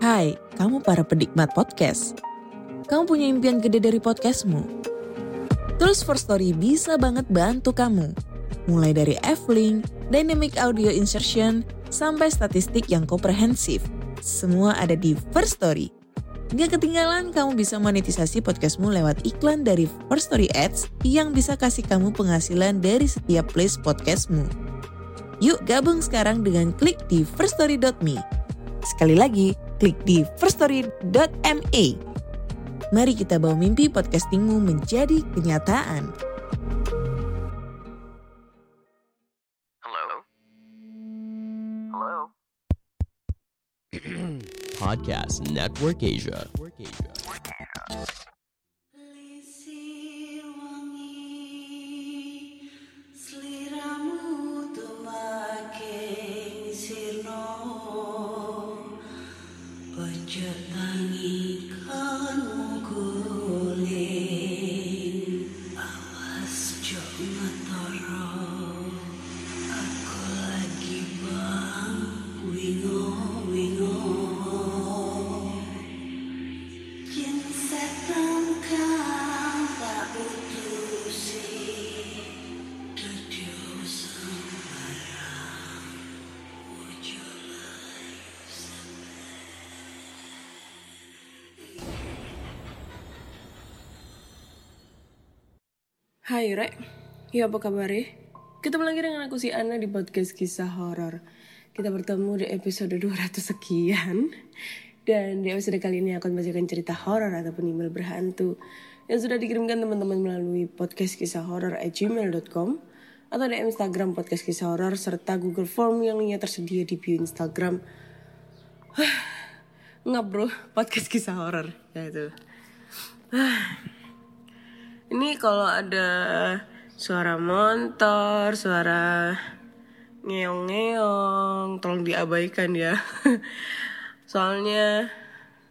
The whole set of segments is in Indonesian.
Hai, kamu para penikmat podcast. Kamu punya impian gede dari podcastmu? Tools for Story bisa banget bantu kamu. Mulai dari F-Link, Dynamic Audio Insertion, sampai statistik yang komprehensif. Semua ada di First Story. Gak ketinggalan kamu bisa monetisasi podcastmu lewat iklan dari First Story Ads yang bisa kasih kamu penghasilan dari setiap place podcastmu. Yuk gabung sekarang dengan klik di firststory.me. Sekali lagi, klik di firststory.me. Mari kita bawa mimpi podcastingmu menjadi kenyataan. Hello? Podcast Network Asia. Hai Rek, ya apa kabar ya? Ketemu lagi dengan aku si Ana di podcast kisah horor. Kita bertemu di episode 200 sekian. Dan di episode kali ini aku akan membacakan cerita horor ataupun email berhantu yang sudah dikirimkan teman-teman melalui podcastkisahhoror@gmail.com atau di Instagram podcast kisah horor serta Google Form yang linknya tersedia di bio Instagram. Ngap bro, podcast kisah horor ya itu. Ini kalau ada suara motor, suara ngeong-ngeong, tolong diabaikan ya. Soalnya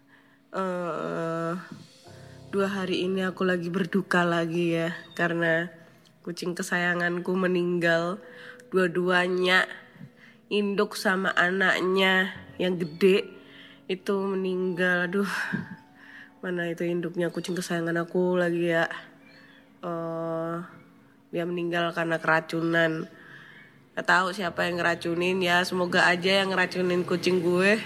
2 hari ini aku lagi berduka lagi ya, karena kucing kesayanganku meninggal. Dua-duanya, induk sama anaknya yang gede itu meninggal. Aduh, mana itu induknya kucing kesayangan aku lagi ya. Dia meninggal karena keracunan. Gak tahu siapa yang ngeracunin ya. Semoga aja yang ngeracunin kucing gue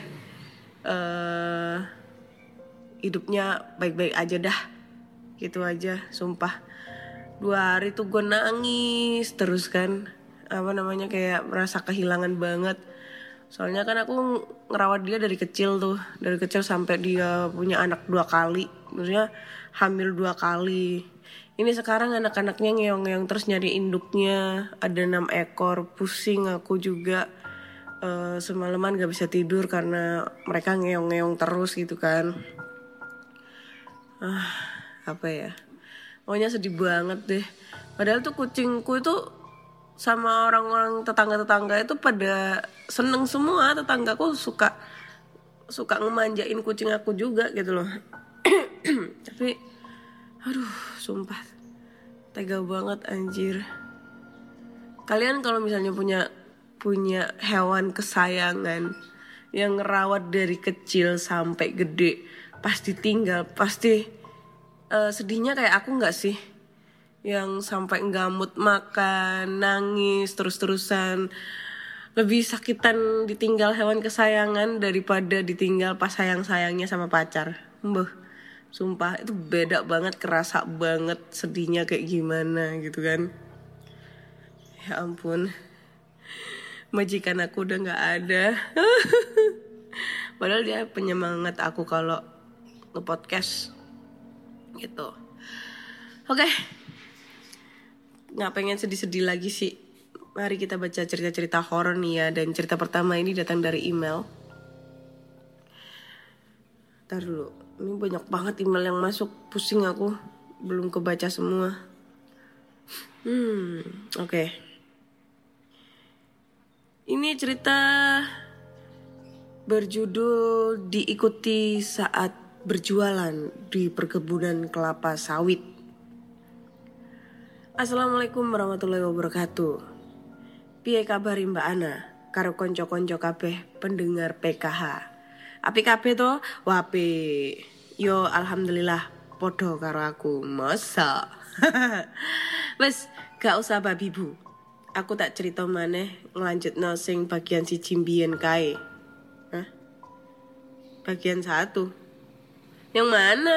hidupnya baik-baik aja dah. Gitu aja, sumpah. 2 hari tuh gue nangis terus kan. Kayak merasa kehilangan banget. Soalnya kan aku ngerawat dia dari kecil tuh. Dari kecil sampai dia punya anak 2 kali. Maksudnya hamil 2 kali. Ini sekarang anak-anaknya ngeong-ngeong terus nyari induknya. Ada 6 ekor, pusing aku juga. Semalaman gak bisa tidur karena mereka ngeong-ngeong terus gitu kan. Pokoknya sedih banget deh. Padahal tuh kucingku itu sama orang-orang tetangga-tetangga itu pada seneng semua. Tetanggaku suka ngemanjain kucing aku juga gitu loh. Tapi aduh, sumpah tega banget anjir. Kalian kalau misalnya punya hewan kesayangan yang ngerawat dari kecil sampai gede, pasti sedihnya kayak aku nggak sih? Yang sampai nggak mood makan, nangis terus-terusan. Lebih sakitan ditinggal hewan kesayangan daripada ditinggal pas sayang-sayangnya sama pacar. Sumpah itu beda banget, kerasa banget sedihnya kayak gimana gitu kan. Ya ampun, majikan aku udah gak ada. Padahal dia penyemangat aku kalau nge-podcast gitu. Oke, gak pengen sedih-sedih lagi sih. Mari kita baca cerita-cerita horor nih ya. Dan cerita pertama ini datang dari email. Ntar dulu, ini banyak banget email yang masuk. Pusing aku, belum kebaca semua. Oke. Ini cerita berjudul diikuti saat berjualan di perkebunan kelapa sawit. Assalamualaikum warahmatullahi wabarakatuh. Piye kabari Mbak Ana? Karo konco-konco kabeh pendengar PKH. Apik kabeh to? Wape. Yo alhamdulillah podo karo aku. Masa. Wes gak usah babi bu. Aku tak cerita maneh nglanjutno sing bagian siji mbiyen kae. Hah? Bagian 1. Yang mana?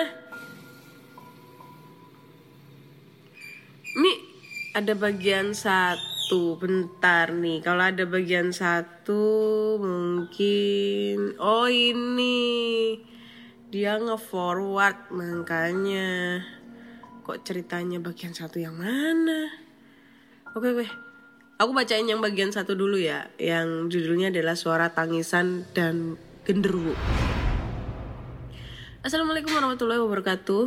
Ini ada bagian 1. Bentar nih. Kalau ada bagian 1 mungkin oh ini. Dia nge-forward makanya. Kok ceritanya bagian 1 yang mana? Oke. Aku bacain yang bagian 1 dulu ya. Yang judulnya adalah Suara Tangisan dan Genderuwo. Assalamualaikum warahmatullahi wabarakatuh.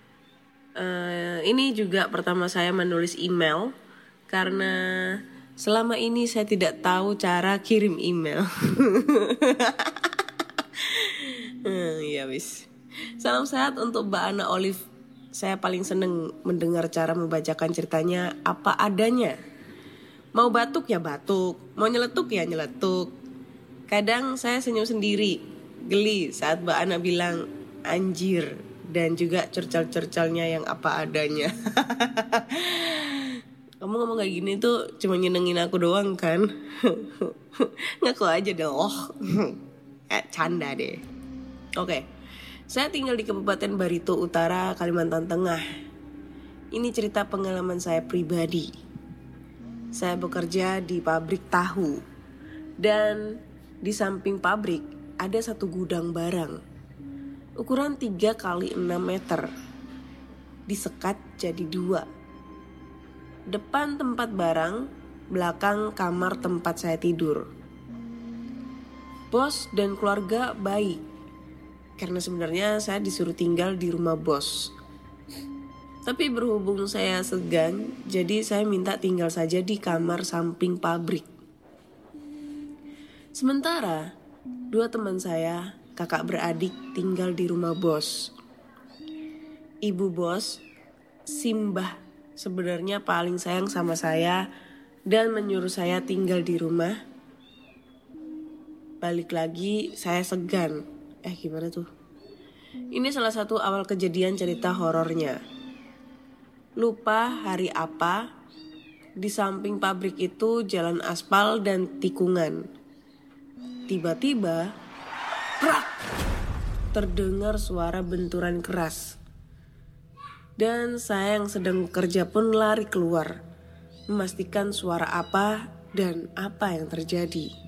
Ini juga pertama saya menulis email karena selama ini saya tidak tahu cara kirim email. Ya wis. Salam sehat untuk Mbak Ana Olive. Saya paling seneng mendengar cara membacakan ceritanya apa adanya. Mau batuk ya batuk, mau nyeletuk ya nyeletuk. Kadang saya senyum sendiri, geli saat Mbak Ana bilang anjir dan juga curcal-curcalnya yang apa adanya. Kamu ngomong kayak gini tuh cuma nyenengin aku doang kan? Ngaku aja dong. Canda deh. Oke. Saya tinggal di Kabupaten Barito Utara, Kalimantan Tengah. Ini cerita pengalaman saya pribadi. Saya bekerja di pabrik tahu. Dan di samping pabrik ada satu gudang barang. Ukuran 3 x 6 meter. Disekat jadi 2. Depan tempat barang, belakang kamar tempat saya tidur. Bos dan keluarga baik. Karena sebenarnya saya disuruh tinggal di rumah bos. Tapi berhubung saya segan, jadi saya minta tinggal saja di kamar samping pabrik. Sementara 2 teman saya, kakak beradik, tinggal di rumah bos. Ibu bos, Simbah, sebenarnya paling sayang sama saya dan menyuruh saya tinggal di rumah. Balik lagi saya segan. Gimana tuh? Ini salah satu awal kejadian cerita horornya. Lupa hari apa. Di samping pabrik itu jalan aspal dan tikungan. Tiba-tiba prak! Terdengar suara benturan keras. Dan saya yang sedang bekerja pun lari keluar, memastikan suara apa dan apa yang terjadi.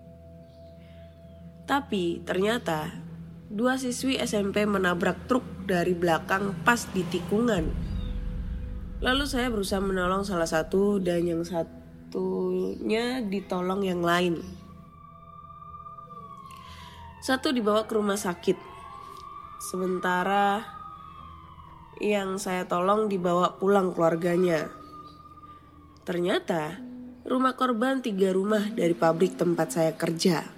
Tapi ternyata 2 siswi SMP menabrak truk dari belakang pas di tikungan. Lalu saya berusaha menolong salah satu dan yang satunya ditolong yang lain. Satu dibawa ke rumah sakit. Sementara yang saya tolong dibawa pulang keluarganya. Ternyata rumah korban 3 rumah dari pabrik tempat saya kerja.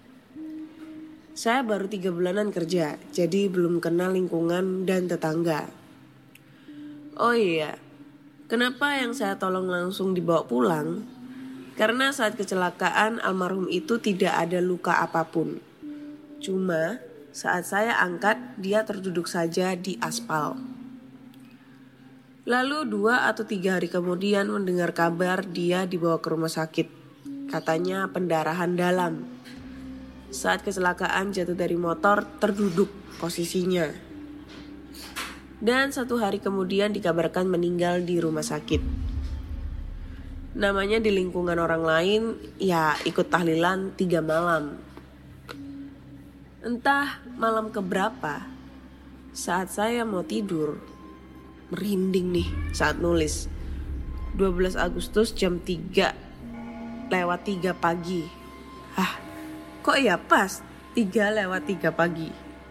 Saya baru 3 bulanan kerja, jadi belum kenal lingkungan dan tetangga. Oh iya, kenapa yang saya tolong langsung dibawa pulang? Karena saat kecelakaan almarhum itu tidak ada luka apapun. Cuma saat saya angkat, dia terduduk saja di aspal. Lalu 2 atau 3 hari kemudian mendengar kabar dia dibawa ke rumah sakit. Katanya pendarahan dalam. Saat kecelakaan jatuh dari motor, terduduk posisinya. Dan 1 hari kemudian dikabarkan meninggal di rumah sakit. Namanya di lingkungan orang lain, ya ikut tahlilan 3 malam. Entah malam keberapa, saat saya mau tidur, merinding nih saat nulis. 12 Agustus jam 3:03 pagi. Kok ya pas 3:03 pagi.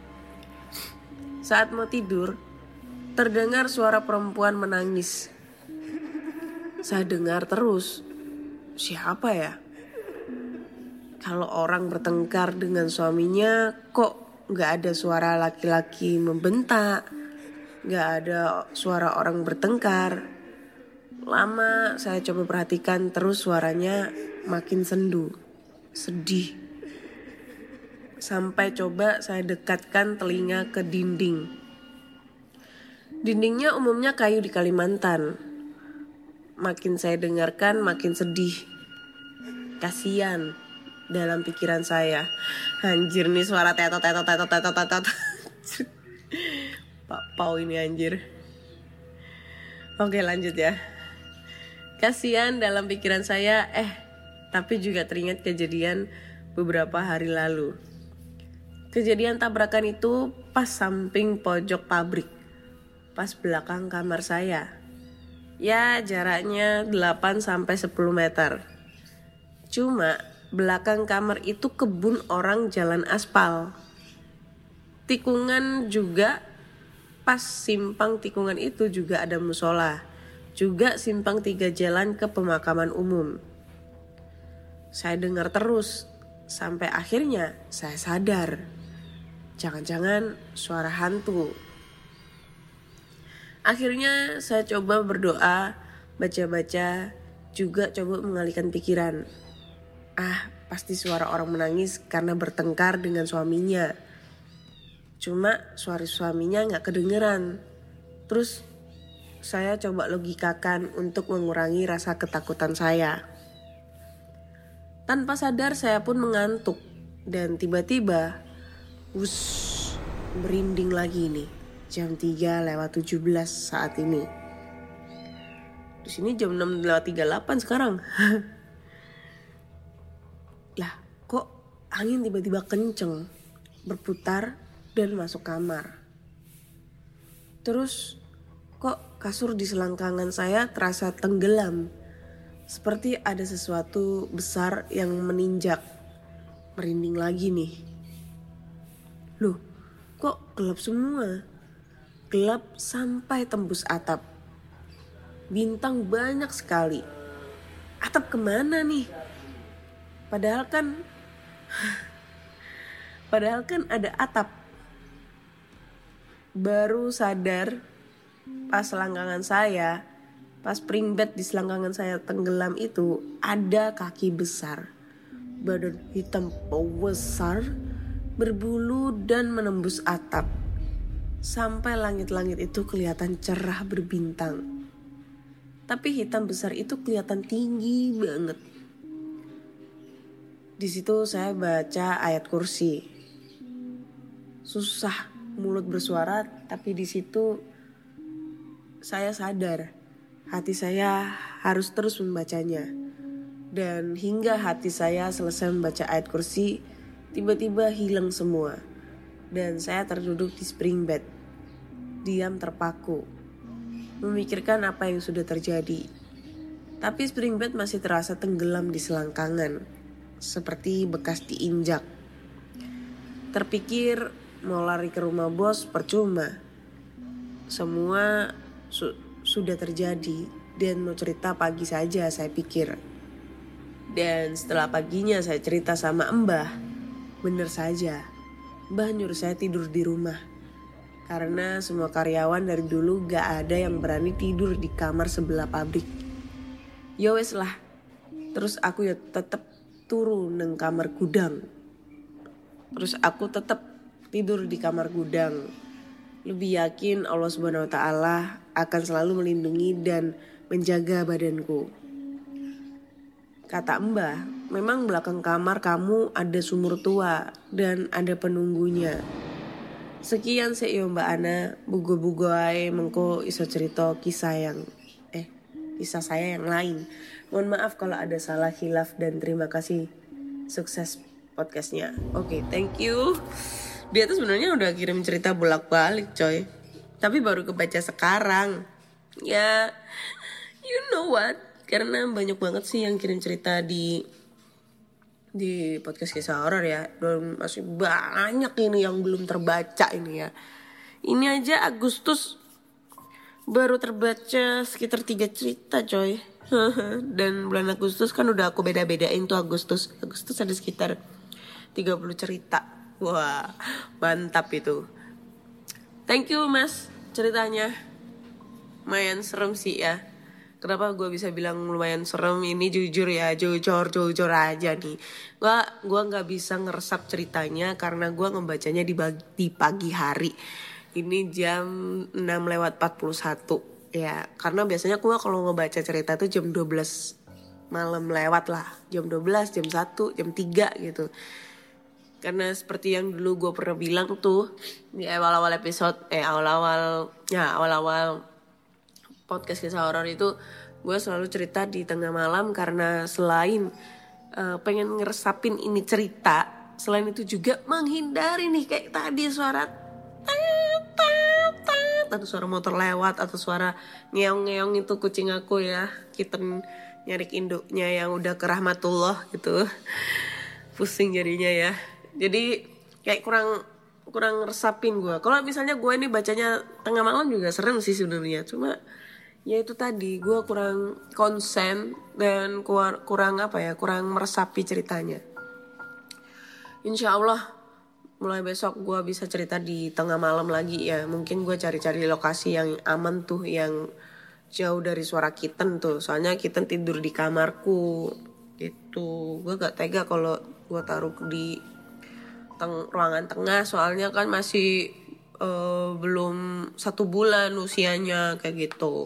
Saat mau tidur, terdengar suara perempuan menangis. Saya dengar terus. Siapa ya? Kalau orang bertengkar dengan suaminya, kok gak ada suara laki-laki membentak, gak ada suara orang bertengkar. Lama saya coba perhatikan, terus suaranya makin sendu, sedih. sampai coba saya dekatkan telinga ke dinding. Dindingnya umumnya kayu di Kalimantan. Makin saya dengarkan makin sedih. Kasian dalam pikiran saya. Anjir nih suara tetot. Pak Pau ini anjir. Oke lanjut ya. Kasian dalam pikiran saya, tapi juga teringat kejadian beberapa hari lalu. Kejadian tabrakan itu pas samping pojok pabrik, pas belakang kamar saya. Ya jaraknya 8-10 meter. Cuma belakang kamar itu kebun orang jalan aspal. Tikungan juga, pas simpang tikungan itu juga ada musola. Juga simpang 3 jalan ke pemakaman umum. Saya dengar terus sampai akhirnya saya sadar. Jangan-jangan suara hantu. Akhirnya saya coba berdoa, baca-baca, juga coba mengalihkan pikiran. Pasti suara orang menangis karena bertengkar dengan suaminya. Cuma suara suaminya gak kedengeran. Terus saya coba logikakan untuk mengurangi rasa ketakutan saya. Tanpa sadar saya pun mengantuk. Dan tiba-tiba merinding lagi nih. Jam 3:17 saat ini. Di sini jam 6:38 sekarang. Lah kok angin tiba-tiba kenceng, berputar dan masuk kamar. Terus kok kasur di selangkangan saya terasa tenggelam. Seperti ada sesuatu besar yang meninjak. Merinding lagi nih. Loh, kok gelap semua? Gelap sampai tembus atap. Bintang banyak sekali. Atap kemana nih? Padahal kan ada atap. Baru sadar pas selangkangan saya, pas spring bed di selangkangan saya tenggelam itu, ada kaki besar, badan hitam besar, berbulu dan menembus atap. Sampai langit-langit itu kelihatan cerah berbintang. Tapi hitam besar itu kelihatan tinggi banget. Di situ saya baca ayat kursi. Susah mulut bersuara, tapi di situ saya sadar hati saya harus terus membacanya. Dan hingga hati saya selesai membaca ayat kursi, tiba-tiba hilang semua. Dan saya terduduk di spring bed, diam terpaku, memikirkan apa yang sudah terjadi. Tapi spring bed masih terasa tenggelam di selangkangan, seperti bekas diinjak. Terpikir mau lari ke rumah bos percuma. Semua sudah terjadi dan mau cerita pagi saja saya pikir. Dan setelah paginya saya cerita sama Mbah. Bener saja, Mbah nyuruh saya tidur di rumah. Karena semua karyawan dari dulu gak ada yang berani tidur di kamar sebelah pabrik. Ya wes lah, terus aku ya tetep turun nang kamar gudang. Terus aku tetep tidur di kamar gudang. Lebih yakin Allah Subhanahu wa Ta'ala akan selalu melindungi dan menjaga badanku. Kata Mbah, memang belakang kamar kamu ada sumur tua dan ada penunggunya. Sekian seyo Mbak Ana, bugo-bugo ae mengko iso cerita kisah saya yang lain. Mohon maaf kalau ada salah hilaf dan terima kasih. Sukses podcastnya. Oke, thank you. Dia tuh sebenarnya udah kirim cerita bolak-balik coy, tapi baru kebaca sekarang. Ya, you know what? Karena banyak banget sih yang kirim cerita di podcast kisah horor ya. Dan masih banyak ini yang belum terbaca ini ya. Ini aja Agustus baru terbaca sekitar 3 cerita coy. Dan bulan Agustus kan udah aku beda-bedain tuh Agustus ada sekitar 30 cerita. Wah, mantap itu. Thank you mas ceritanya. Lumayan serem sih ya. Kenapa gue bisa bilang lumayan serem ini jujur aja nih. Gue nggak bisa ngeresap ceritanya karena gue ngebacanya di pagi hari. Ini jam 6:41 ya. Karena biasanya gue kalau ngebaca cerita tuh jam 12 malam lewat lah. Jam 12, jam 1, jam 3 gitu. Karena seperti yang dulu gue pernah bilang tuh di awal-awal episode, awal-awal podcast kisah horor itu, gue selalu cerita di tengah malam karena selain pengen ngeresapin ini cerita, selain itu juga menghindari nih kayak tadi suara atau suara motor lewat atau suara ngeong-ngeong itu kucing aku ya, kitten nyarik induknya yang udah ke rahmatullah gitu. Pusing jadinya ya. Jadi kayak kurang resapin gue. Kalau misalnya gue ini bacanya tengah malam juga serem sih sebenarnya. Cuma ya itu tadi gue kurang konsen dan kurang meresapi ceritanya. Insya Allah mulai besok gue bisa cerita di tengah malam lagi ya. Mungkin gue cari-cari lokasi yang aman tuh, yang jauh dari suara kitten tuh. Soalnya kitten tidur di kamarku gitu. Gue gak tega kalau gue taruh di ruangan tengah, soalnya kan masih belum 1 bulan usianya kayak gitu.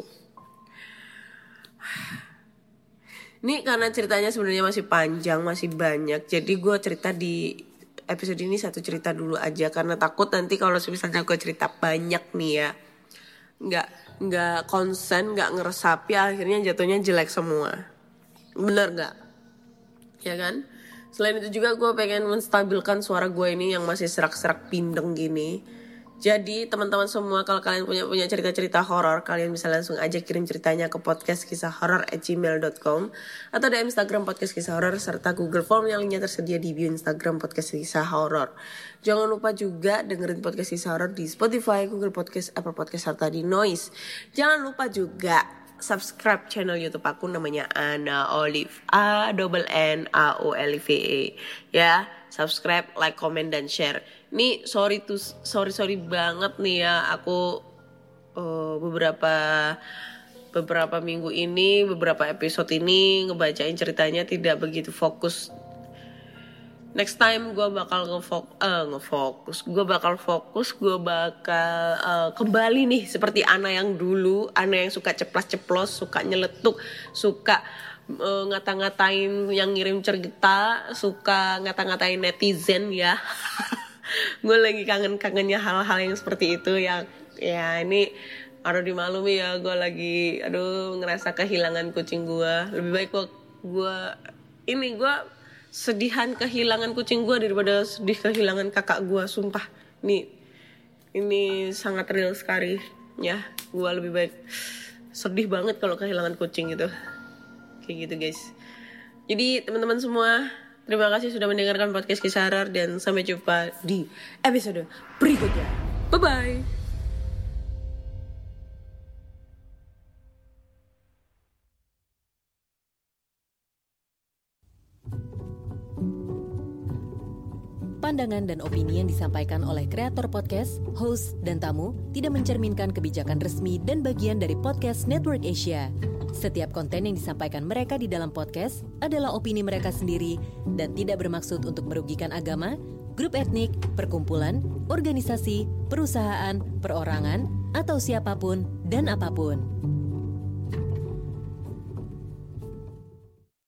Ini karena ceritanya sebenarnya masih panjang, masih banyak. Jadi gue cerita di episode ini 1 cerita dulu aja. Karena takut nanti kalau misalnya gue cerita banyak nih ya, nggak konsen, nggak ngeresapi, akhirnya jatuhnya jelek semua. Bener nggak? Ya kan? Selain itu juga gue pengen menstabilkan suara gue ini yang masih serak-serak pindeng gini. Jadi teman-teman semua, kalau kalian punya cerita-cerita horor, kalian bisa langsung aja kirim ceritanya ke podcastkisahhoror@gmail.com atau di Instagram podcast kisah horor serta Google Form yang linknya tersedia di bio Instagram podcast kisah horor. Jangan lupa juga dengerin podcast kisah horor di Spotify, Google Podcast, Apple Podcast serta di Noise. Jangan lupa juga subscribe channel YouTube aku, namanya Ana Olive, ANNAOLIVE ya. Subscribe, like, comment, dan share. Ini sorry banget nih ya, aku beberapa minggu ini, beberapa episode ini ngebacain ceritanya tidak begitu fokus. Next time gue bakal gue bakal kembali nih seperti Ana yang dulu, Ana yang suka ceplas-ceplos, suka nyeletuk, suka ngata-ngatain yang ngirim cerita, suka ngata-ngatain netizen ya. Gue lagi kangen-kangennya hal-hal yang seperti itu yang ya ini harus dimaklumi ya, gue lagi ngerasa kehilangan kucing gue. Lebih baik gue sedihan kehilangan kucing gue daripada sedih kehilangan kakak gue, sumpah. Ini sangat real sekali ya. Gue lebih baik sedih banget kalau kehilangan kucing gitu. Kayak gitu guys. Jadi teman-teman semua, terima kasih sudah mendengarkan podcast kisah horor dan sampai jumpa di episode berikutnya. Bye-bye. Pandangan dan opini yang disampaikan oleh kreator podcast, host, dan tamu tidak mencerminkan kebijakan resmi dan bagian dari podcast Network Asia. Setiap konten yang disampaikan mereka di dalam podcast adalah opini mereka sendiri dan tidak bermaksud untuk merugikan agama, grup etnik, perkumpulan, organisasi, perusahaan, perorangan, atau siapapun dan apapun.